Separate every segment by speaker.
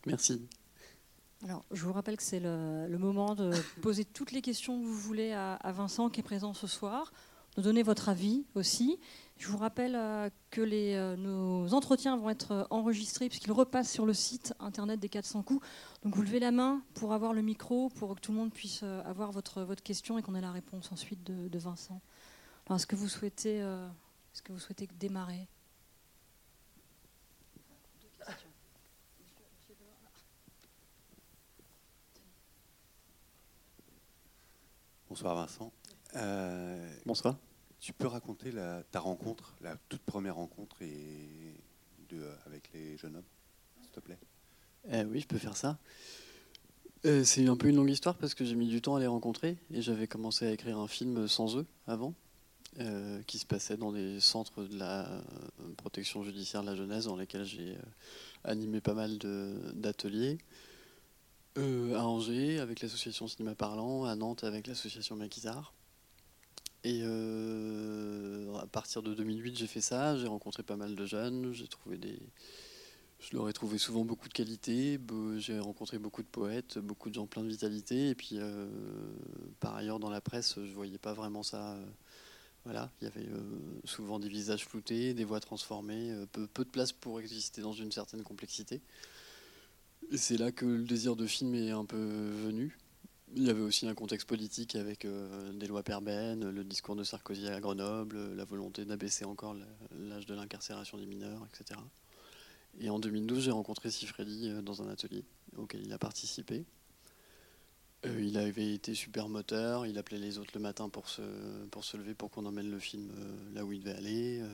Speaker 1: Merci.
Speaker 2: Alors, je vous rappelle que c'est le moment de poser toutes les questions que vous voulez à Vincent qui est présent ce soir, de donner votre avis aussi. Je vous rappelle que nos entretiens vont être enregistrés puisqu'ils repassent sur le site internet des 400 coups. Donc vous levez la main pour avoir le micro, pour que tout le monde puisse avoir votre question et qu'on ait la réponse ensuite de Vincent. Alors, est-ce que vous souhaitez démarrer ?
Speaker 3: Bonsoir Vincent.
Speaker 1: Bonsoir.
Speaker 3: Tu peux raconter ta rencontre, la toute première rencontre avec les jeunes hommes, s'il te plaît?
Speaker 1: Oui, je peux faire ça. C'est un peu une longue histoire parce que j'ai mis du temps à les rencontrer et j'avais commencé à écrire un film sans eux avant, qui se passait dans des centres de la protection judiciaire de la jeunesse dans lesquels j'ai animé pas mal d'ateliers. À Angers avec l'association Cinéma Parlant, à Nantes avec l'association Maquisard. Et à partir de 2008, j'ai fait ça, j'ai rencontré pas mal de jeunes, je leur ai trouvé souvent beaucoup de qualités, j'ai rencontré beaucoup de poètes, beaucoup de gens pleins de vitalité, et puis par ailleurs dans la presse, je voyais pas vraiment ça. Voilà, il y avait souvent des visages floutés, des voix transformées, peu de place pour exister dans une certaine complexité. Et c'est là que le désir de film est un peu venu. Il y avait aussi un contexte politique avec des lois Perben, le discours de Sarkozy à Grenoble, la volonté d'abaisser encore l'âge de l'incarcération des mineurs, etc. Et en 2012, j'ai rencontré Sifredi dans un atelier auquel il a participé. Il avait été super moteur, il appelait les autres le matin pour se lever pour qu'on emmène le film là où il devait aller.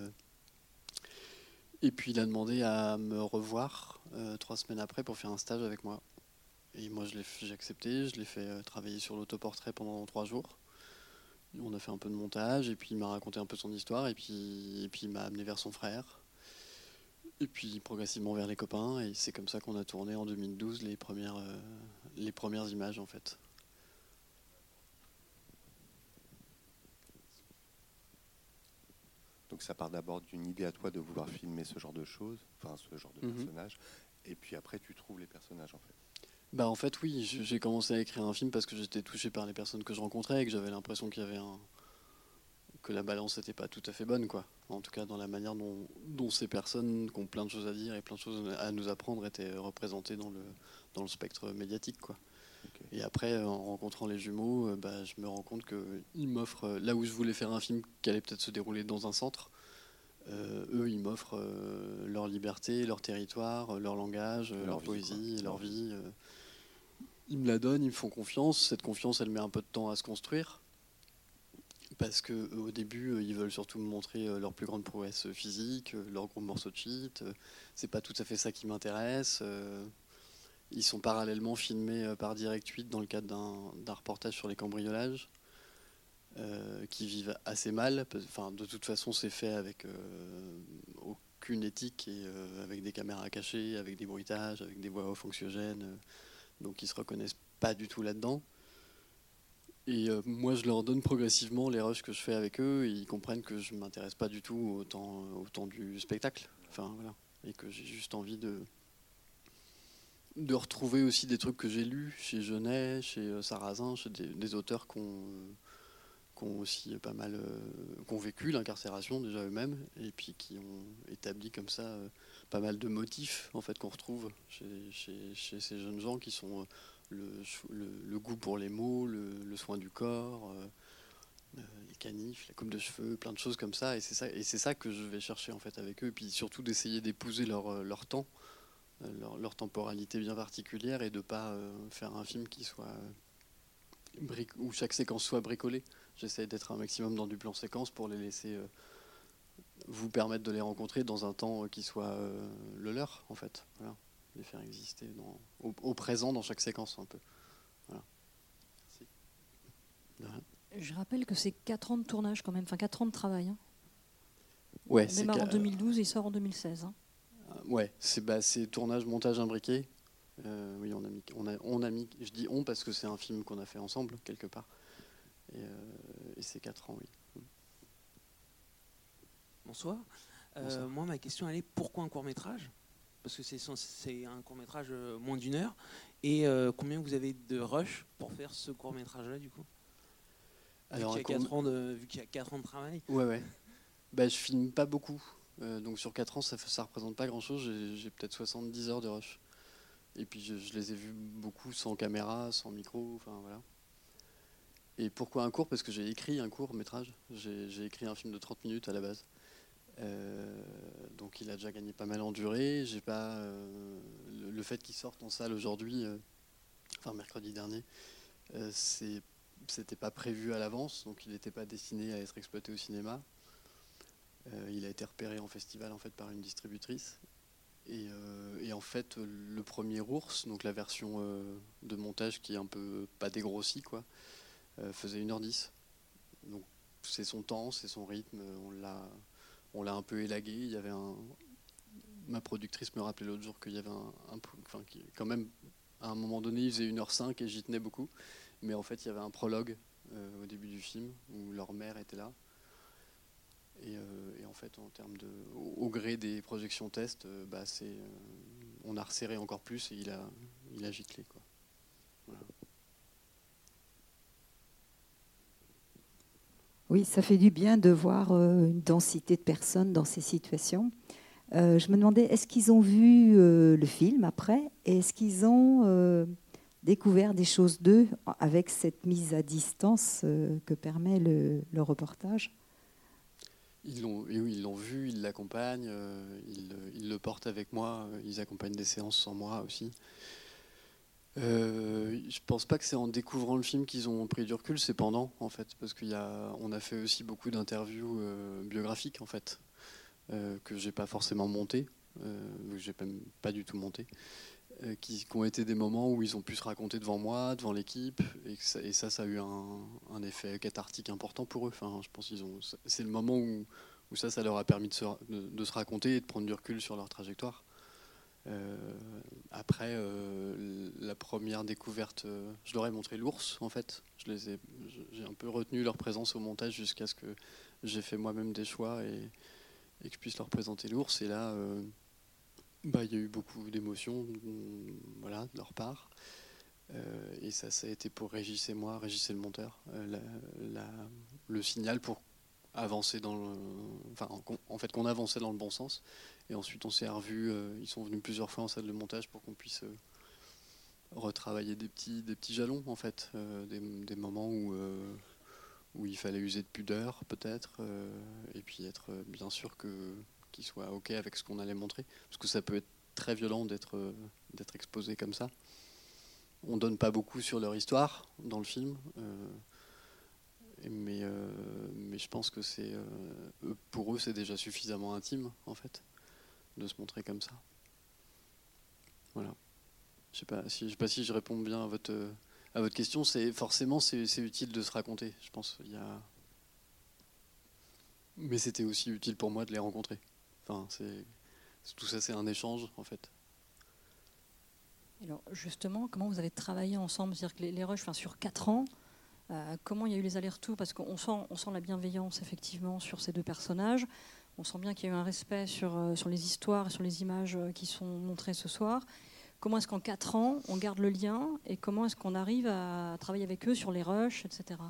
Speaker 1: Et puis il a demandé à me revoir 3 semaines après pour faire un stage avec moi. Et moi j'ai accepté, je l'ai fait travailler sur l'autoportrait pendant 3 jours. On a fait un peu de montage et puis il m'a raconté un peu son histoire et puis il m'a amené vers son frère. Et puis progressivement vers les copains et c'est comme ça qu'on a tourné en 2012 les premières images en fait.
Speaker 3: Donc ça part d'abord d'une idée à toi de vouloir filmer ce genre de choses, enfin ce genre de personnages, et puis après tu trouves les personnages en fait.
Speaker 1: Bah en fait oui, j'ai commencé à écrire un film parce que j'étais touché par les personnes que je rencontrais et que j'avais l'impression qu'il y avait que la balance n'était pas tout à fait bonne quoi. En tout cas dans la manière dont ces personnes qui ont plein de choses à dire et plein de choses à nous apprendre étaient représentées dans le spectre médiatique quoi. Okay. Et après en rencontrant les jumeaux, je me rends compte qu'ils m'offrent là où je voulais faire un film qui allait peut-être se dérouler dans un centre. Eux, ils m'offrent leur liberté, leur territoire, leur langage, leur poésie, quoi. Leur vie. Ils me la donnent, ils me font confiance. Cette confiance, elle met un peu de temps à se construire. Parce qu'au début, ils veulent surtout me montrer leur plus grande prouesse physique, leur gros morceau de shit. C'est pas tout à fait ça qui m'intéresse. Ils sont parallèlement filmés par Direct 8 dans le cadre d'un reportage sur les cambriolages. Qui vivent assez mal. Enfin, de toute façon, c'est fait avec aucune éthique et avec des caméras cachées, avec des bruitages, avec des voix off anxiogènes. Donc, ils se reconnaissent pas du tout là-dedans. Et moi, je leur donne progressivement les rushs que je fais avec eux. Et ils comprennent que je m'intéresse pas du tout au temps du spectacle. Enfin, voilà. Et que j'ai juste envie de retrouver aussi des trucs que j'ai lus chez Genet, chez Sarrazin, chez des auteurs qui ont aussi pas mal qui ont vécu l'incarcération déjà eux-mêmes et puis qui ont établi comme ça pas mal de motifs en fait qu'on retrouve chez ces jeunes gens qui sont le goût pour les mots, le soin du corps, les canifs, la coupe de cheveux, plein de choses comme ça et c'est ça que je vais chercher en fait avec eux et puis surtout d'essayer d'épouser leur temps, leur temporalité bien particulière et de pas faire un film qui soit où chaque séquence soit bricolée. J'essaie d'être un maximum dans du plan séquence pour les laisser vous permettre de les rencontrer dans un temps qui soit le leur, en fait. Voilà. Les faire exister au présent dans chaque séquence, un peu. Voilà. Merci.
Speaker 2: Voilà. Je rappelle que c'est 4 ans de tournage quand même, enfin 4 ans de travail. Hein.
Speaker 1: Ouais,
Speaker 2: on démarre en 2012 et sort en 2016. Hein.
Speaker 1: Ouais, c'est tournage, montage imbriqué. Oui, on a mis, je dis on parce que c'est un film qu'on a fait ensemble, quelque part. Et c'est 4 ans, oui.
Speaker 4: Bonsoir. Moi, ma question, elle est pourquoi un court-métrage ? parce que c'est un court-métrage moins d'1 heure. Et combien vous avez de rush pour faire ce court-métrage-là, du coup?
Speaker 1: Alors,
Speaker 4: vu qu'il y a 4 ans de travail.
Speaker 1: Ouais. Bah, je filme pas beaucoup. Donc sur 4 ans, ça représente pas grand-chose. J'ai peut-être 70 heures de rush. Et puis je les ai vus beaucoup sans caméra, sans micro, enfin voilà. Et pourquoi un court? Parce que j'ai écrit un court-métrage. J'ai écrit un film de 30 minutes à la base. Donc il a déjà gagné pas mal en durée. J'ai pas le fait qu'il sorte en salle aujourd'hui, enfin mercredi dernier, c'était pas prévu à l'avance, donc il n'était pas destiné à être exploité au cinéma. Il a été repéré en festival en fait par une distributrice. Et en fait, le premier ours, donc la version de montage qui est un peu pas dégrossie, quoi, faisait 1h10. Donc c'est son temps, c'est son rythme. On l'a un peu élagué. Il y avait ma productrice me rappelait l'autre jour qu'il y avait quand même, à un moment donné, il faisait 1h05 et j'y tenais beaucoup. Mais en fait, il y avait un prologue au début du film où leur mère était là. Et en fait, en termes au gré des projections tests, on a resserré encore plus et il a giclé, quoi. Voilà.
Speaker 5: Oui, ça fait du bien de voir une densité de personnes dans ces situations. Je me demandais, est-ce qu'ils ont vu le film après? Et est-ce qu'ils ont découvert des choses d'eux avec cette mise à distance que permet le reportage?
Speaker 1: Ils l'ont vu, ils l'accompagnent, ils le portent avec moi, ils accompagnent des séances sans moi aussi. Je pense pas que c'est en découvrant le film qu'ils ont pris du recul, c'est pendant en fait, parce on a fait aussi beaucoup d'interviews biographiques en fait, que j'ai pas forcément monté, j'ai pas du tout monté, qui ont été des moments où ils ont pu se raconter devant moi, devant l'équipe, et ça a eu un effet cathartique important pour eux. Enfin, je pense c'est le moment où ça leur a permis de se raconter et de prendre du recul sur leur trajectoire. Après, la première découverte, je leur ai montré l'ours en fait. J'ai un peu retenu leur présence au montage jusqu'à ce que j'ai fait moi-même des choix et que je puisse leur présenter l'ours. Et là, il y a eu beaucoup d'émotions, voilà, de leur part. Et ça a été pour Régis et moi, Régis et le monteur, le signal pour avancer en fait qu'on avançait dans le bon sens. Et ensuite on s'est revus, ils sont venus plusieurs fois en salle de montage pour qu'on puisse retravailler des petits jalons en fait, des moments où il fallait user de pudeur peut-être, et puis être bien sûr qu'ils soient ok avec ce qu'on allait montrer, parce que ça peut être très violent d'être exposé comme ça. On donne pas beaucoup sur leur histoire dans le film, mais je pense que pour eux c'est déjà suffisamment intime en fait de se montrer comme ça. Voilà. Je sais pas si je réponds bien à votre question. Forcément c'est utile de se raconter, je pense. Mais c'était aussi utile pour moi de les rencontrer. Enfin, tout ça, c'est un échange en fait.
Speaker 2: Alors justement, comment vous avez travaillé ensemble? C'est-à-dire que les rushs, sur 4 ans, comment il y a eu les allers-retours? Parce qu'on sent la bienveillance effectivement sur ces deux personnages. On sent bien qu'il y a eu un respect sur les histoires et sur les images qui sont montrées ce soir. Comment est-ce qu'en 4 ans, on garde le lien et comment est-ce qu'on arrive à travailler avec eux sur les rushs, etc.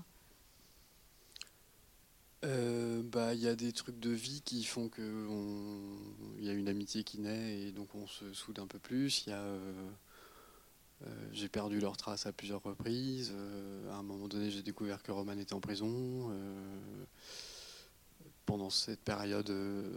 Speaker 1: Y a des trucs de vie qui font qu'il y a une amitié qui naît et donc on se soude un peu plus. J'ai perdu leur trace à plusieurs reprises. À un moment donné, j'ai découvert que Roman était en prison. Pendant cette période,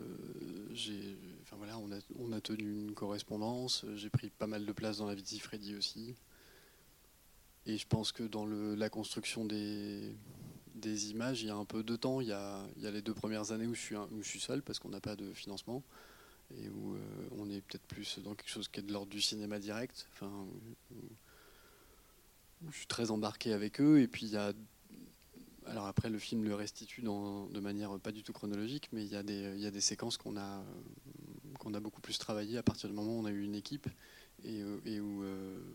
Speaker 1: on a tenu une correspondance. J'ai pris pas mal de place dans la vie de Siffredi aussi. Et je pense que dans la construction des images, il y a un peu de temps. Il y a les 2 premières années où je suis seul parce qu'on n'a pas de financement et où on est peut-être plus dans quelque chose qui est de l'ordre du cinéma direct. Où je suis très embarqué avec eux. Et puis alors après, le film le restitue de manière pas du tout chronologique, mais il y a des séquences qu'on a beaucoup plus travaillé à partir du moment où on a eu une équipe et où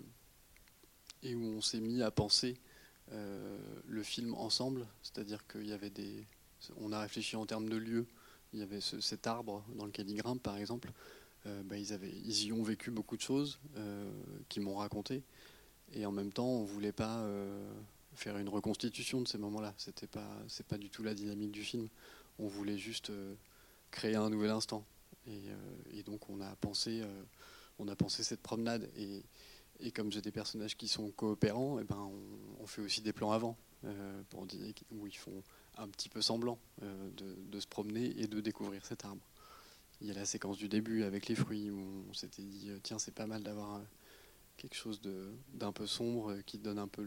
Speaker 1: on s'est mis à penser le film ensemble, c'est-à-dire on a réfléchi en termes de lieux. Il y avait cet arbre dans lequel il grimpe, par exemple. ils y ont vécu beaucoup de choses qu'ils m'ont raconté. Et en même temps, on ne voulait pas faire une reconstitution de ces moments-là. C'est pas du tout la dynamique du film. On voulait juste créer un nouvel instant. Et donc on a pensé cette promenade. Et comme j'ai des personnages qui sont coopérants, on fait aussi des plans avant où ils font un petit peu semblant de se promener et de découvrir cet arbre. Il y a la séquence du début avec les fruits où on s'était dit tiens, c'est pas mal d'avoir quelque chose d'un peu sombre qui donne un peu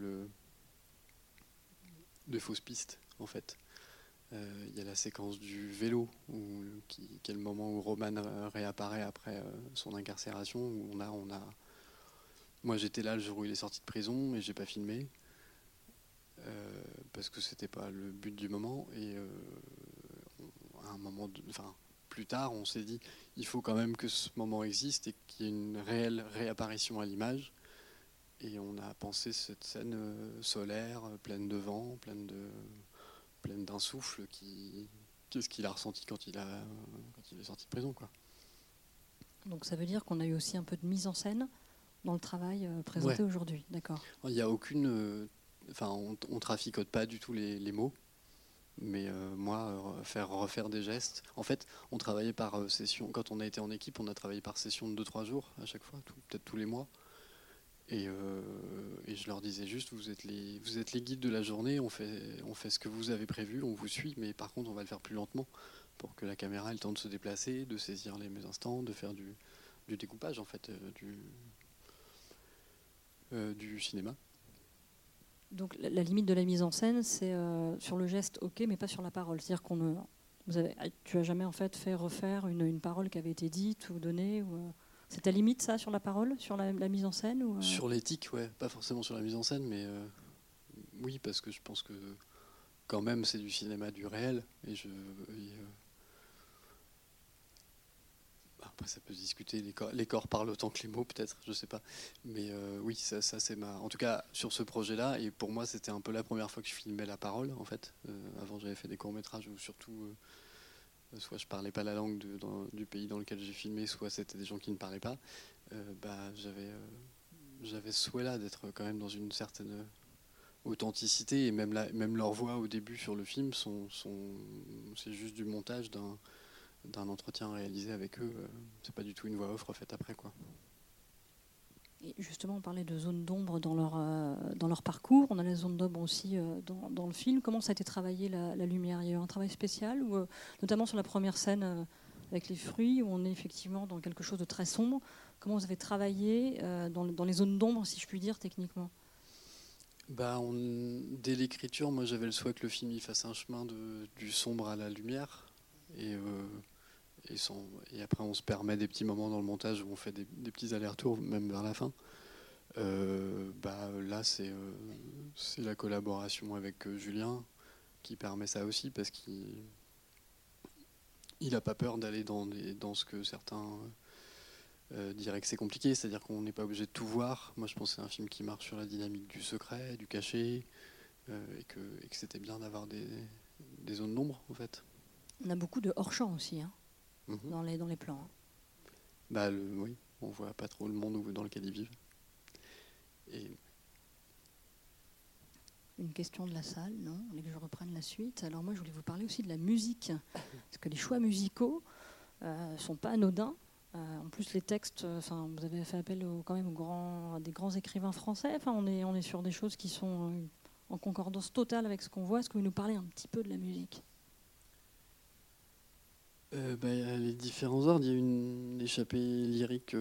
Speaker 1: de fausses pistes en fait. Il y a la séquence du vélo qui est le moment où Roman réapparaît après son incarcération, où on a moi j'étais là le jour où il est sorti de prison et j'ai pas filmé parce que c'était pas le but du moment. Et à un moment plus tard on s'est dit il faut quand même que ce moment existe et qu'il y ait une réelle réapparition à l'image. Et on a pensé cette scène solaire, pleine de vent, pleine d'un souffle qu'est-ce qu'il a ressenti quand il est sorti de prison, quoi.
Speaker 2: Donc ça veut dire qu'on a eu aussi un peu de mise en scène dans le travail présenté aujourd'hui, d'accord.
Speaker 1: Il n'y a aucune... on traficote pas du tout les mots, mais refaire des gestes... En fait, on travaillait par session. Quand on a été en équipe, on a travaillé par session de 2-3 jours à chaque fois, peut-être tous les mois. Et je leur disais juste, vous êtes les guides de la journée, on fait ce que vous avez prévu, on vous suit, mais par contre on va le faire plus lentement pour que la caméra ait le temps de se déplacer, de saisir les instants, de faire du découpage en fait, du cinéma.
Speaker 2: Donc la limite de la mise en scène, c'est sur le geste, ok, mais pas sur la parole. C'est-à-dire tu as jamais en fait fait refaire une parole qui avait été dite ou donnée ou, c'est ta limite, ça, sur la parole, sur la mise en scène ou
Speaker 1: Sur l'éthique, ouais. Pas forcément sur la mise en scène, mais oui, parce que je pense que quand même, c'est du cinéma du réel. Après, ça peut se discuter. Les corps parlent autant que les mots, peut-être, je sais pas. Mais oui, ça c'est en tout cas, sur ce projet-là, et pour moi, c'était un peu la première fois que je filmais la parole, en fait. Avant, j'avais fait des courts-métrages où surtout... soit je parlais pas la langue du pays dans lequel j'ai filmé, soit c'était des gens qui ne parlaient pas. J'avais ce souhait-là d'être quand même dans une certaine authenticité, et même leur voix au début sur le film c'est juste du montage d'un entretien réalisé avec eux. C'est pas du tout une voix off refaite après, quoi.
Speaker 2: Et justement, on parlait de zones d'ombre dans leur parcours. On a les zones d'ombre aussi dans le film. Comment ça a été travaillé la lumière ? Il y a eu un travail spécial, notamment sur la première scène avec les fruits, où on est effectivement dans quelque chose de très sombre. Comment vous avez travaillé dans les zones d'ombre, si je puis dire, techniquement ?
Speaker 1: Dès l'écriture, moi j'avais le souhait que le film il fasse un chemin du sombre à la lumière. Et après on se permet des petits moments dans le montage où on fait des petits allers-retours, même vers la fin. Là c'est la collaboration avec Julien qui permet ça aussi, parce qu'il n'a pas peur d'aller dans ce que certains diraient que c'est compliqué, c'est-à-dire qu'on n'est pas obligé de tout voir. Moi je pense que c'est un film qui marche sur la dynamique du secret, du cachet, et que c'était bien d'avoir des zones d'ombre en fait.
Speaker 2: On a beaucoup de hors-champ aussi, hein,
Speaker 1: dans
Speaker 2: les plans.
Speaker 1: Oui, on voit pas trop le monde dans lequel ils vivent. Et...
Speaker 2: Une question de la salle, non ? On voulait que je reprenne la suite. Alors moi, je voulais vous parler aussi de la musique, parce que les choix musicaux sont pas anodins. En plus, les textes, vous avez fait appel quand même à des grands écrivains français. On est sur des choses qui sont en concordance totale avec ce qu'on voit. Est-ce que vous nous parlez un petit peu de la musique ?
Speaker 1: Les différents ordres, il y a une échappée lyrique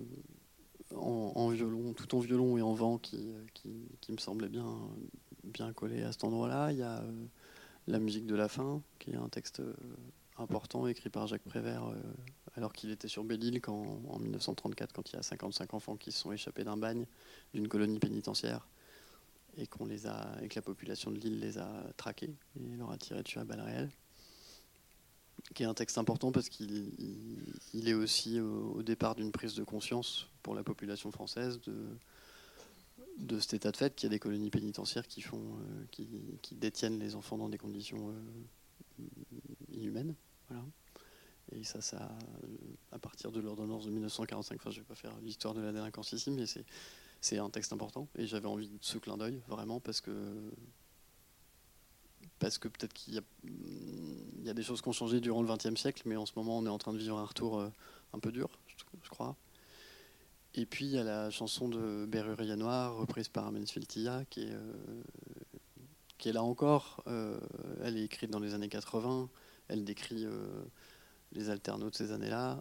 Speaker 1: en violon, tout en violon et en vent qui me semblait bien collée à cet endroit-là. Il y a la musique de la fin, qui est un texte important écrit par Jacques Prévert alors qu'il était sur Belle-Île en 1934, quand il y a 55 enfants qui se sont échappés d'un bagne d'une colonie pénitentiaire et que la population de l'île les a traqués et leur a tiré dessus à balles réelles. Qui est un texte important parce qu'il est aussi au départ d'une prise de conscience pour la population française de cet état de fait, qu'il y a des colonies pénitentiaires qui détiennent les enfants dans des conditions inhumaines. Voilà. Et ça, à partir de l'ordonnance de 1945, enfin, je ne vais pas faire l'histoire de la délinquance ici, mais c'est un texte important. Et j'avais envie de ce clin d'œil, vraiment, parce que peut-être qu'il y a des choses qui ont changé durant le XXe siècle, mais en ce moment, on est en train de vivre un retour un peu dur, je crois. Et puis, il y a la chanson de Berruria Noir, reprise par Amens Filtilla, qui est là encore. Elle est écrite dans les années 80. Elle décrit les alternos de ces années-là.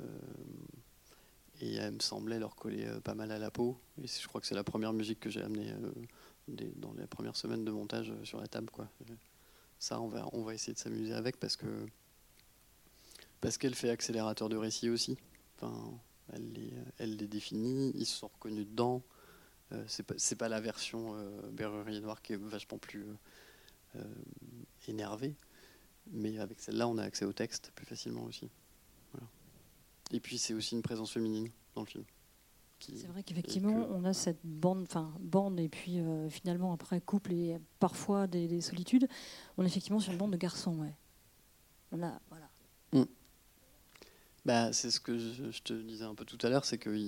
Speaker 1: Et elle me semblait leur coller pas mal à la peau. Et je crois que c'est la première musique que j'ai amenée dans les premières semaines de montage sur la table, quoi. Ça, on va essayer de s'amuser avec parce qu'elle fait accélérateur de récit aussi. Enfin, elle les définit, ils se sont reconnus dedans. C'est pas la version Berrurie Noire qui est vachement plus énervée, mais avec celle-là, on a accès au texte plus facilement aussi. Voilà. Et puis, c'est aussi une présence féminine dans le film.
Speaker 2: C'est vrai qu'effectivement, on a cette bande et puis finalement après couple et parfois des solitudes. On est effectivement sur une bande de garçons, ouais. On a, voilà.
Speaker 1: Bah, c'est ce que je te disais un peu tout à l'heure, c'est que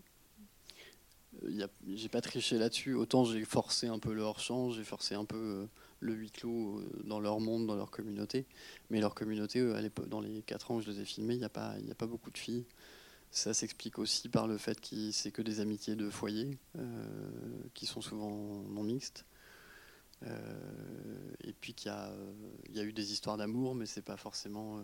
Speaker 1: j'ai pas triché là-dessus. Autant j'ai forcé un peu le hors-champ, j'ai forcé un peu le huis clos dans leur monde, dans leur communauté. Mais leur communauté, dans les 4 ans où je les ai filmés, il n'y a pas beaucoup de filles. Ça s'explique aussi par le fait que c'est que des amitiés de foyer, qui sont souvent non mixtes. Et puis qu'il y a eu des histoires d'amour, mais c'est pas forcément...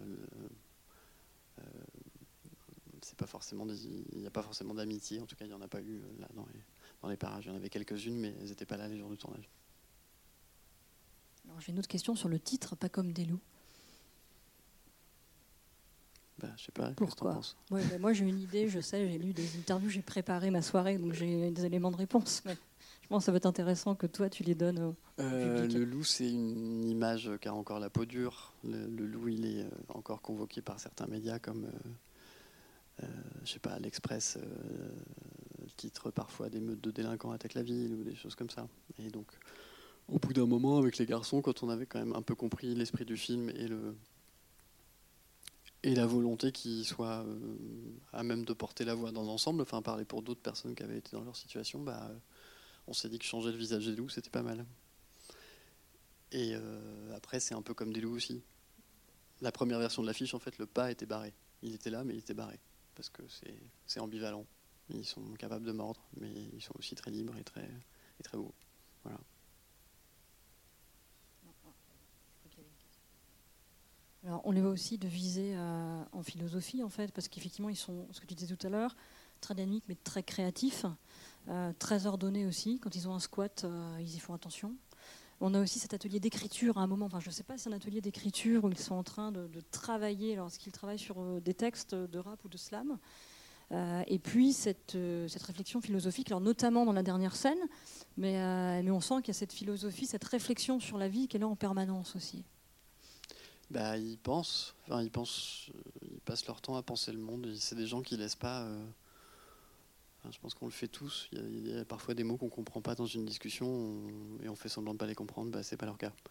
Speaker 1: il n'y a pas forcément d'amitié. En tout cas, il n'y en a pas eu là dans les parages. Il y en avait quelques-unes, mais elles n'étaient pas là les jours du tournage.
Speaker 2: Alors, j'ai une autre question sur le titre, Pas comme des loups.
Speaker 1: Je sais pas.
Speaker 2: Pourquoi? Ouais, moi, j'ai une idée, je sais, j'ai lu des interviews, j'ai préparé ma soirée, donc j'ai des éléments de réponse. Mais je pense que ça va être intéressant que toi, tu les donnes au public.
Speaker 1: Le loup, c'est une image qui a encore la peau dure. Le loup, il est encore convoqué par certains médias comme... je sais pas, l'Express titre parfois des meutes de délinquants attaquent la ville ou des choses comme ça. Et donc, au bout d'un moment, avec les garçons, quand on avait quand même un peu compris l'esprit du film et la volonté qu'ils soient à même de porter la voix dans l'ensemble, enfin parler pour d'autres personnes qui avaient été dans leur situation, on s'est dit que changer le visage des loups, c'était pas mal. Et après, c'est un peu comme des loups aussi. La première version de l'affiche, en fait, le pas était barré. Il était là, mais il était barré. Parce que c'est ambivalent. Ils sont capables de mordre, mais ils sont aussi très libres et très beaux. Voilà.
Speaker 2: Alors, on les voit aussi de viser en philosophie, en fait, parce qu'effectivement, ils sont, ce que tu disais tout à l'heure, très dynamiques, mais très créatifs, très ordonnés aussi. Quand ils ont un squat, ils y font attention. On a aussi cet atelier d'écriture à un moment, enfin je ne sais pas si c'est un atelier d'écriture où ils sont en train de travailler lorsqu'ils travaillent sur des textes de rap ou de slam. Et puis cette réflexion philosophique, alors notamment dans la dernière scène, mais on sent qu'il y a cette philosophie, cette réflexion sur la vie qui est là en permanence aussi.
Speaker 1: Ils passent leur temps à penser le monde. C'est des gens qui laissent pas... je pense qu'on le fait tous. Il y a parfois des mots qu'on ne comprend pas dans une discussion et on fait semblant de ne pas les comprendre. C'est pas leur cas.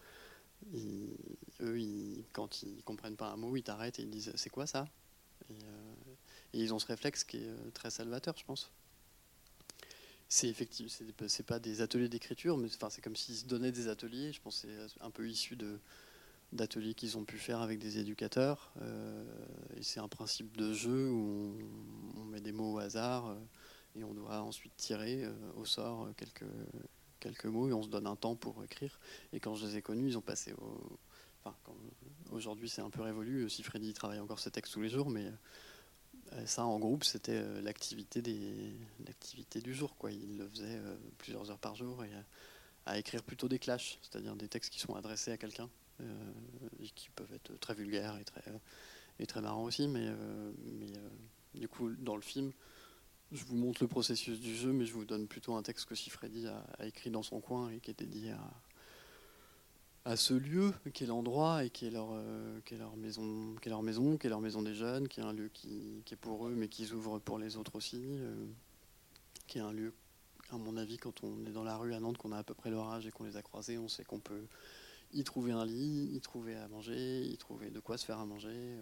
Speaker 1: Quand ils ne comprennent pas un mot, ils t'arrêtent et ils disent « c'est quoi ça ?» et ils ont ce réflexe qui est très salvateur, je pense. C'est effectivement, c'est pas des ateliers d'écriture, mais c'est comme s'ils se donnaient des ateliers. Je pense que c'est un peu issu d'ateliers qu'ils ont pu faire avec des éducateurs. Et c'est un principe de jeu où on met des mots au hasard et on doit ensuite tirer au sort quelques mots et on se donne un temps pour écrire. Et quand je les ai connus, ils ont passé aujourd'hui, c'est un peu révolu. Si Freddy travaille encore ses textes tous les jours, mais ça, en groupe, c'était l'activité du jour, quoi. Ils le faisaient plusieurs heures par jour et à écrire plutôt des clashs, c'est-à-dire des textes qui sont adressés à quelqu'un. Qui peuvent être très vulgaires et très marrants aussi, mais du coup, dans le film, je vous montre le processus du jeu, mais je vous donne plutôt un texte que Sifredi a écrit dans son coin et qui est dédié à ce lieu, qui est l'endroit et qui est leur maison, qui est leur maison des jeunes, qui est un lieu qui est pour eux, mais qui s'ouvre pour les autres aussi, qui est un lieu, à mon avis, quand on est dans la rue à Nantes, qu'on a à peu près leur âge et qu'on les a croisés, on sait qu'on peut y trouver un lit, y trouver à manger, y trouver de quoi se faire à manger.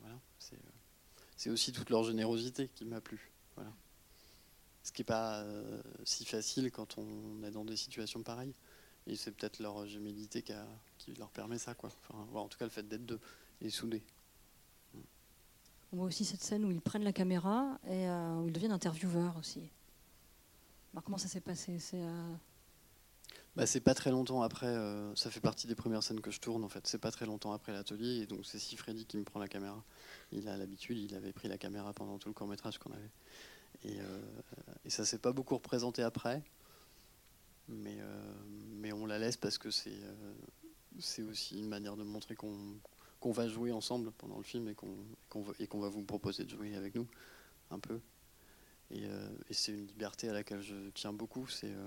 Speaker 1: voilà, c'est aussi toute leur générosité qui m'a plu. Voilà. Ce qui n'est pas si facile quand on est dans des situations pareilles. Et c'est peut-être leur gémilité qui leur permet ça, quoi. Enfin, en tout cas, le fait d'être deux et soudés.
Speaker 2: On voit aussi cette scène où ils prennent la caméra et où ils deviennent intervieweurs aussi. Alors comment ça s'est passé?
Speaker 1: C'est pas très longtemps après, ça fait partie des premières scènes que je tourne en fait, c'est pas très longtemps après l'atelier, et donc c'est Sifredi qui me prend la caméra. Il a l'habitude, il avait pris la caméra pendant tout le court-métrage qu'on avait. Et ça s'est pas beaucoup représenté après, mais on la laisse parce que c'est aussi une manière de montrer qu'on va jouer ensemble pendant le film et qu'on va vous proposer de jouer avec nous un peu. Et c'est une liberté à laquelle je tiens beaucoup.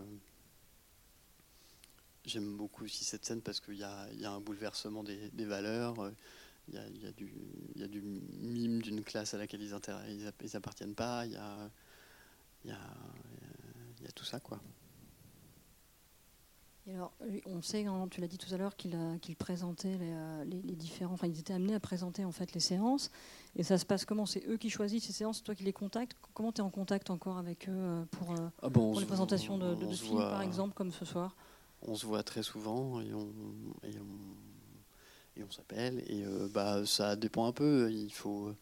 Speaker 1: J'aime beaucoup aussi cette scène parce qu'il y a un bouleversement des valeurs. Il y a du mime d'une classe à laquelle ils appartiennent pas. Il y a tout ça, quoi.
Speaker 2: Et alors, on sait, tu l'as dit tout à l'heure, qu'il présentait les différents. Enfin, ils étaient amenés à présenter en fait les séances. Et ça se passe comment? C'est eux qui choisissent ces séances, c'est toi qui les contactes. Comment tu es en contact encore avec eux pour les présentations de films, par exemple, comme ce soir?
Speaker 1: On se voit très souvent et on s'appelle. Et ça dépend un peu. Il faut.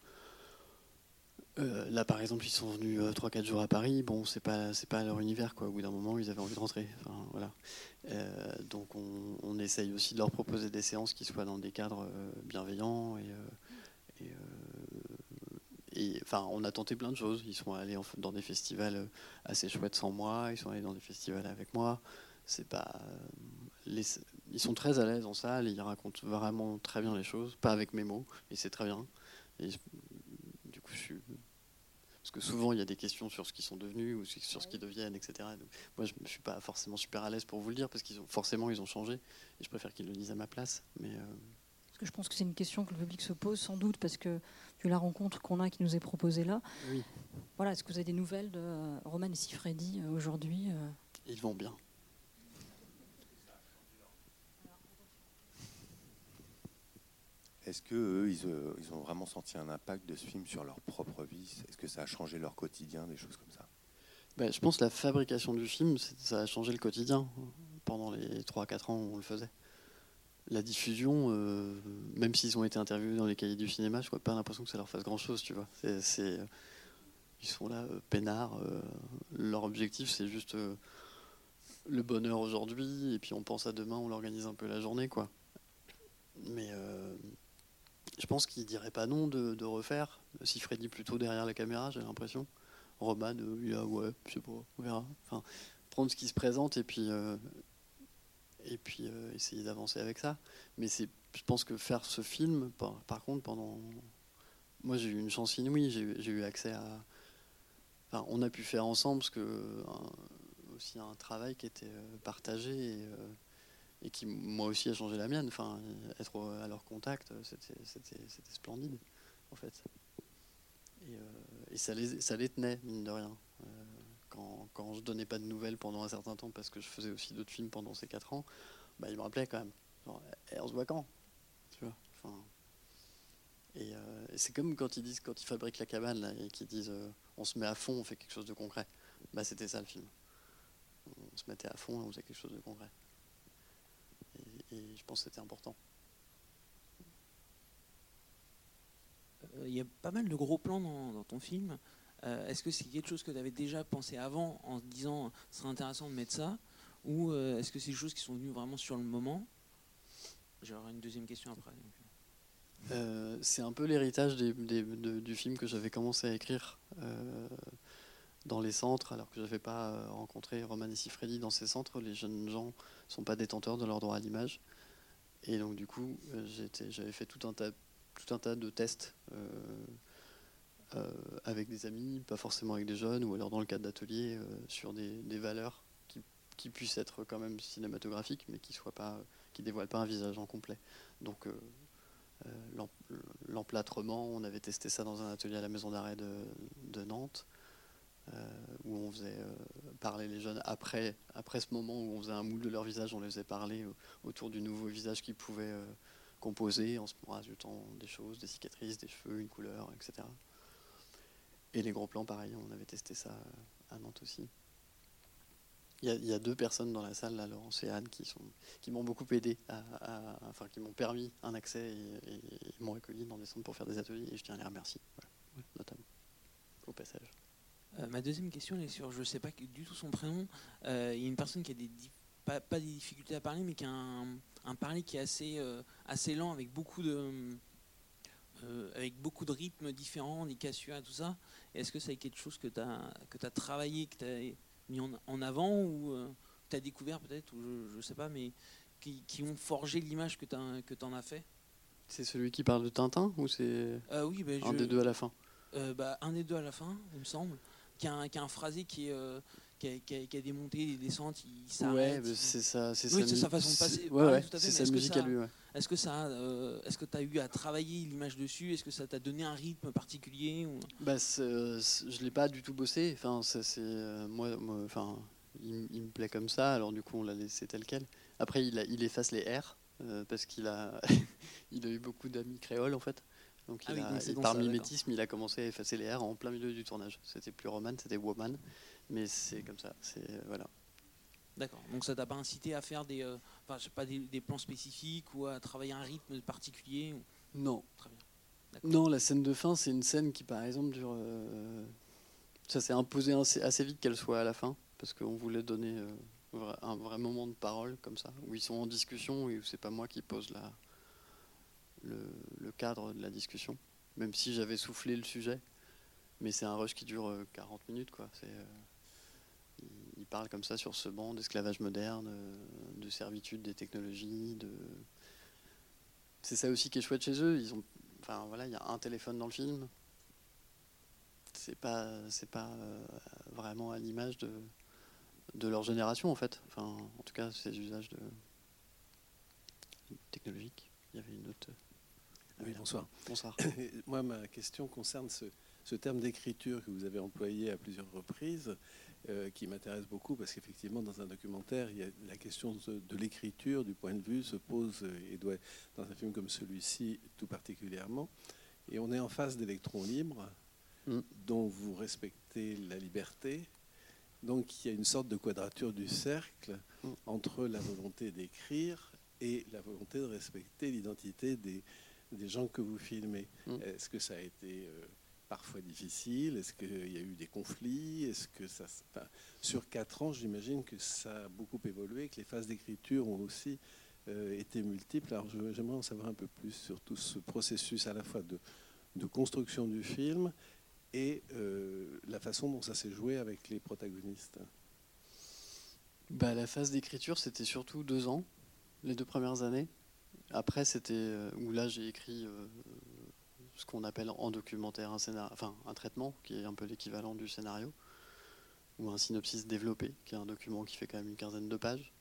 Speaker 1: Là, par exemple, ils sont venus 3-4 jours à Paris. Bon, c'est pas leur univers, quoi. Au bout d'un moment, ils avaient envie de rentrer. Enfin, voilà. Donc, on essaye aussi de leur proposer des séances qui soient dans des cadres bienveillants. Enfin, on a tenté plein de choses. Ils sont allés dans des festivals assez chouettes sans moi. Ils sont allés dans des festivals avec moi. C'est pas. Ils sont très à l'aise en salle. Ils racontent vraiment très bien les choses. Pas avec mes mots, et c'est très bien. Et du coup, parce que souvent, il y a des questions sur ce qu'ils sont devenus ou sur ce qu'ils deviennent, etc. Donc, moi, je ne suis pas forcément super à l'aise pour vous le dire parce qu'ils ont changé et je préfère qu'ils le disent à ma place.
Speaker 2: Parce que je pense que c'est une question que le public se pose sans doute parce que vu la rencontre qu'on a qui nous est proposée là.
Speaker 1: Oui.
Speaker 2: Voilà, est-ce que vous avez des nouvelles de Roman et Sifredi aujourd'hui?
Speaker 1: Ils vont bien.
Speaker 3: Est-ce qu'eux, ils ont vraiment senti un impact de ce film sur leur propre vie? Est-ce que ça a changé leur quotidien, des choses comme ça?
Speaker 1: Je pense que la fabrication du film, ça a changé le quotidien pendant les 3-4 ans où on le faisait. La diffusion, même s'ils ont été interviewés dans les cahiers du cinéma, je n'ai pas l'impression que ça leur fasse grand-chose, tu vois. Ils sont là, peinards. Leur objectif, c'est juste le bonheur aujourd'hui, et puis on pense à demain, on l'organise un peu la journée, quoi. Mais je pense qu'il dirait pas non de refaire. Sifredi plutôt derrière la caméra, j'ai l'impression. Roman, il a ouais, je sais pas, on verra. Enfin, prendre ce qui se présente et puis essayer d'avancer avec ça. Mais je pense que faire ce film, par contre, moi j'ai eu une chance inouïe. J'ai eu accès à. Enfin, on a pu faire ensemble aussi un travail qui était partagé et qui moi aussi a changé la mienne. Enfin, être à leur contact, c'était splendide en fait. Et ça les tenait, mine de rien. Quand je donnais pas de nouvelles pendant un certain temps, parce que je faisais aussi d'autres films pendant ces 4 ans, ils me rappelaient quand même. Genre, on se voit quand, tu vois. Enfin, et c'est comme quand ils fabriquent la cabane là, et qu'ils disent on se met à fond, on fait quelque chose de concret. C'était ça le film. On se mettait à fond et on faisait quelque chose de concret. Et je pense que c'était important.
Speaker 4: Il y a pas mal de gros plans dans ton film. Est-ce que c'est quelque chose que tu avais déjà pensé avant en te disant ce serait intéressant de mettre ça, ou est-ce que c'est des choses qui sont venues vraiment sur le moment? J'aurai une deuxième question après.
Speaker 1: C'est un peu l'héritage du film que j'avais commencé à écrire dans les centres, alors que je n'avais pas rencontré Roman et Sifredi dans ces centres. Les jeunes gens ne sont pas détenteurs de leur droit à l'image. Et donc du coup, j'avais fait tout un tas de tests avec des amis, pas forcément avec des jeunes, ou alors dans le cadre d'ateliers sur des valeurs qui puissent être quand même cinématographiques, mais qui dévoilent pas un visage en complet. Donc l'emplâtrement, on avait testé ça dans un atelier à la maison d'arrêt de Nantes, où on faisait parler les jeunes après ce moment où on faisait un moule de leur visage, on les faisait parler autour du nouveau visage qu'ils pouvaient composer en se rajoutant des choses, des cicatrices, des cheveux, une couleur, etc. Et les gros plans, pareil, on avait testé ça à Nantes aussi. Il y a 2 personnes dans la salle, là, Laurence et Anne, qui m'ont beaucoup aidé, enfin qui m'ont permis un accès et m'ont accueilli dans des centres pour faire des ateliers, et je tiens à les remercier, voilà, notamment, au passage.
Speaker 4: Ma deuxième question, elle est sur, je ne sais pas du tout son prénom. Il y a une personne qui a pas des difficultés à parler, mais qui a un parler qui est assez lent, avec beaucoup de rythmes différents, des cassures, tout ça. Est-ce que c'est quelque chose que tu as travaillé, que tu as mis en avant, ou tu as découvert peut-être, ou je ne sais pas, mais qui ont forgé l'image que tu en as fait?
Speaker 1: C'est celui qui parle de Tintin, ou c'est
Speaker 4: Oui,
Speaker 1: un des 2 à la fin?
Speaker 4: Un des 2 à la fin, il me semble, qui a un phrasé qui a des montées, des descentes, il s'arrête.
Speaker 1: Ouais, c'est ça. C'est
Speaker 4: sa façon de passer.
Speaker 1: Ouais,
Speaker 4: tout à fait,
Speaker 1: c'est sa musique à lui. Ouais.
Speaker 4: Est-ce que tu as eu à travailler l'image dessus? Est-ce que ça t'a donné un rythme particulier, ou...
Speaker 1: Je l'ai pas du tout bossé. Enfin, moi, enfin, il me plaît comme ça. Alors du coup, on l'a laissé tel quel. Après, il efface les R parce qu'il a, il a eu beaucoup d'amis créoles en fait. Donc, par mimétisme, il a commencé à effacer les R en plein milieu du tournage. C'était plus Roman, c'était Woman. Mais c'est comme ça. Voilà.
Speaker 4: D'accord. Donc ça t'a pas incité à faire des plans spécifiques ou à travailler un rythme particulier, ou...
Speaker 1: Non.
Speaker 4: Très bien.
Speaker 1: Non, la scène de fin, c'est une scène qui, par exemple, dure. Ça s'est imposé assez vite qu'elle soit à la fin, parce qu'on voulait donner un vrai moment de parole comme ça, où ils sont en discussion et où c'est pas moi qui pose le cadre de la discussion, même si j'avais soufflé le sujet. Mais c'est un rush qui dure 40 minutes, quoi. Il parle comme ça sur ce banc d'esclavage moderne, de servitude des technologies. C'est ça aussi qui est chouette chez eux. Enfin voilà, il y a un téléphone dans le film. C'est pas vraiment à l'image de leur génération en fait. Enfin, en tout cas, ces usages technologiques. Il y avait une autre.
Speaker 6: Oui, bonsoir.
Speaker 1: Bonsoir.
Speaker 6: Moi, ma question concerne ce terme d'écriture que vous avez employé à plusieurs reprises, qui m'intéresse beaucoup parce qu'effectivement, dans un documentaire, il y a la question de l'écriture, du point de vue, se pose et doit, dans un film comme celui-ci, tout particulièrement. Et on est en face d'électrons libres, dont vous respectez la liberté. Donc, il y a une sorte de quadrature du cercle entre la volonté d'écrire et la volonté de respecter l'identité des gens que vous filmez. Est-ce que ça a été parfois difficile? Est-ce qu'il y a eu des conflits? Est-ce que sur 4 ans, j'imagine que ça a beaucoup évolué, que les phases d'écriture ont aussi été multiples. Alors j'aimerais en savoir un peu plus sur tout ce processus à la fois de construction du film et la façon dont ça s'est joué avec les protagonistes.
Speaker 1: La phase d'écriture, c'était surtout 2 ans, les 2 premières années. Après, c'était où là j'ai écrit ce qu'on appelle en documentaire un traitement, qui est un peu l'équivalent du scénario, ou un synopsis développé, qui est un document qui fait quand même une 15aine de pages.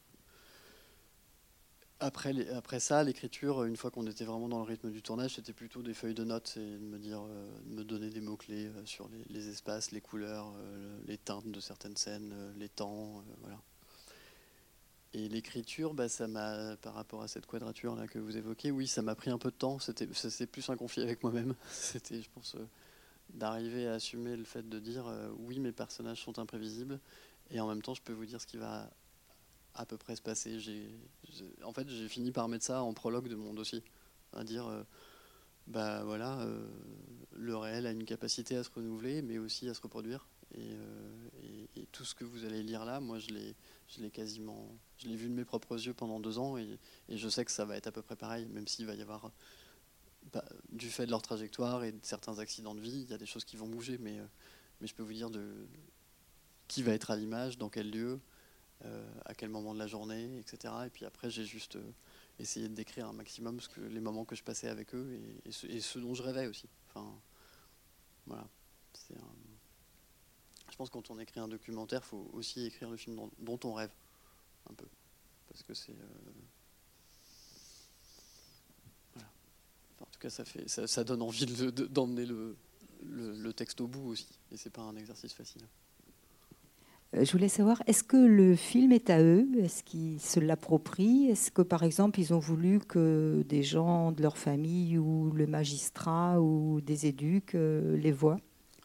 Speaker 1: Après ça, l'écriture, une fois qu'on était vraiment dans le rythme du tournage, c'était plutôt des feuilles de notes et de me donner des mots-clés sur les espaces, les couleurs, les teintes de certaines scènes, les temps, voilà. Et l'écriture, ça m'a, par rapport à cette quadrature là que vous évoquez, oui, ça m'a pris un peu de temps. C'est plus un conflit avec moi-même. C'était, je pense, d'arriver à assumer le fait de dire oui, mes personnages sont imprévisibles, et en même temps, je peux vous dire ce qui va à peu près se passer. En fait, j'ai fini par mettre ça en prologue de mon dossier, à dire le réel a une capacité à se renouveler, mais aussi à se reproduire. Et tout ce que vous allez lire là, moi, je l'ai vu de mes propres yeux pendant 2 ans, et je sais que ça va être à peu près pareil, même s'il va y avoir, du fait de leur trajectoire et de certains accidents de vie, il y a des choses qui vont bouger, mais je peux vous dire qui va être à l'image, dans quel lieu, à quel moment de la journée, etc. Et puis après, j'ai juste essayé de décrire un maximum les moments que je passais avec eux et ce dont je rêvais aussi. Enfin, voilà. Je pense que quand on écrit un documentaire, il faut aussi écrire le film dont on rêve un peu, parce que c'est voilà. Enfin, en tout cas, ça donne envie d'emmener le texte au bout aussi, et c'est pas un exercice facile.
Speaker 5: Je voulais savoir, est-ce que le film est à eux? Est-ce qu'ils se l'approprient? Est-ce que, par exemple, ils ont voulu que des gens de leur famille ou le magistrat ou des éduques les voient?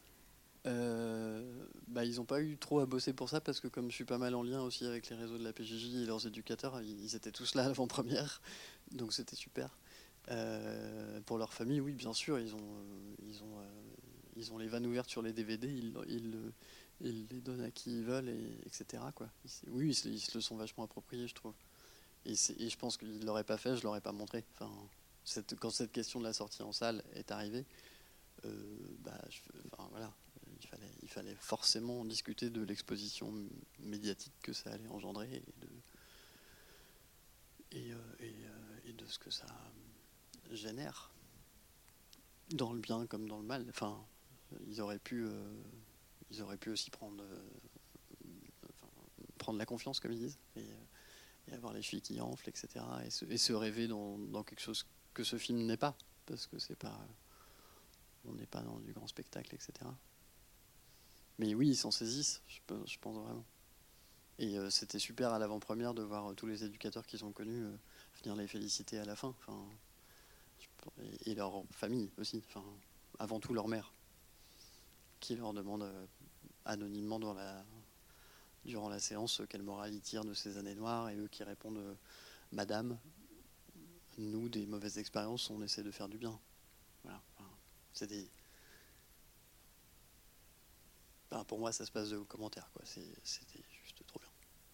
Speaker 1: Ils n'ont pas eu trop à bosser pour ça parce que comme je suis pas mal en lien aussi avec les réseaux de la PJJ et leurs éducateurs, ils étaient tous là à l'avant-première, donc c'était super. Pour leur famille, oui, bien sûr, ils ont les vannes ouvertes sur les DVD, ils les donnent à qui ils veulent, etc. Quoi. Oui, ils se le sont vachement appropriés, je trouve. Et je pense qu'ils ne l'auraient pas fait, je ne l'aurais pas montré. Enfin, quand cette question de la sortie en salle est arrivée, voilà, il fallait forcément discuter de l'exposition médiatique que ça allait engendrer et de ce que ça génère, dans le bien comme dans le mal. Enfin, ils auraient pu aussi prendre la confiance, comme ils disent, et avoir les chevilles qui enflent, etc. Et se rêver dans quelque chose que ce film n'est pas, parce que on n'est pas dans du grand spectacle, etc. Mais oui, ils s'en saisissent, je pense vraiment. Et c'était super à l'avant-première de voir tous les éducateurs qu'ils ont connus venir les féliciter à la fin. Enfin, et leur famille aussi. Enfin, avant tout leur mère, qui leur demande anonymement durant la séance quelle morale ils tirent de ces années noires, et eux qui répondent Madame, nous, des mauvaises expériences, on essaie de faire du bien. Voilà. Enfin, pour moi, ça se passe de commentaires, quoi. C'était juste trop bien.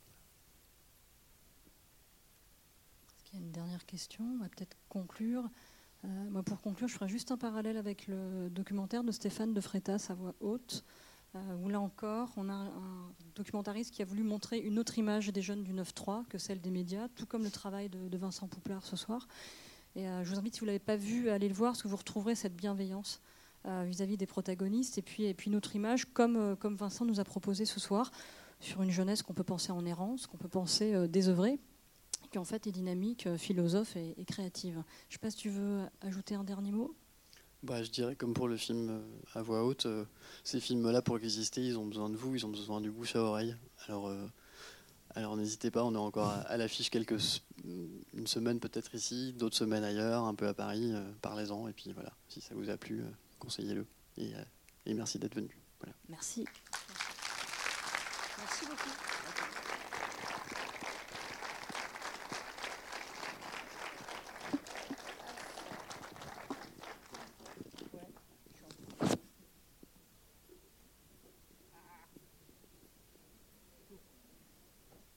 Speaker 2: Est-ce qu'il y a une dernière question? On va peut-être conclure. Moi, pour conclure, je ferai juste un parallèle avec le documentaire de Stéphane de Freitas à voix haute, où là encore, on a un documentariste qui a voulu montrer une autre image des jeunes du 9-3 que celle des médias, tout comme le travail de Vincent Pouplard ce soir. Et je vous invite, si vous ne l'avez pas vu, à aller le voir, parce que vous retrouverez cette bienveillance vis-à-vis des protagonistes, et puis notre image, comme Vincent nous a proposé ce soir, sur une jeunesse qu'on peut penser en errance, qu'on peut penser désœuvrée, qui en fait est dynamique, philosophe et créative. Je ne sais pas si tu veux ajouter un dernier mot.
Speaker 1: Je dirais, comme pour le film à voix haute, ces films-là, pour exister, ils ont besoin de vous, ils ont besoin du bouche à oreille. Alors n'hésitez pas, on est encore à l'affiche une semaine peut-être ici, d'autres semaines ailleurs, un peu à Paris, parlez-en, et puis voilà, si ça vous a plu, conseillez-le. Et merci d'être venu. Voilà.
Speaker 2: Merci. Merci beaucoup.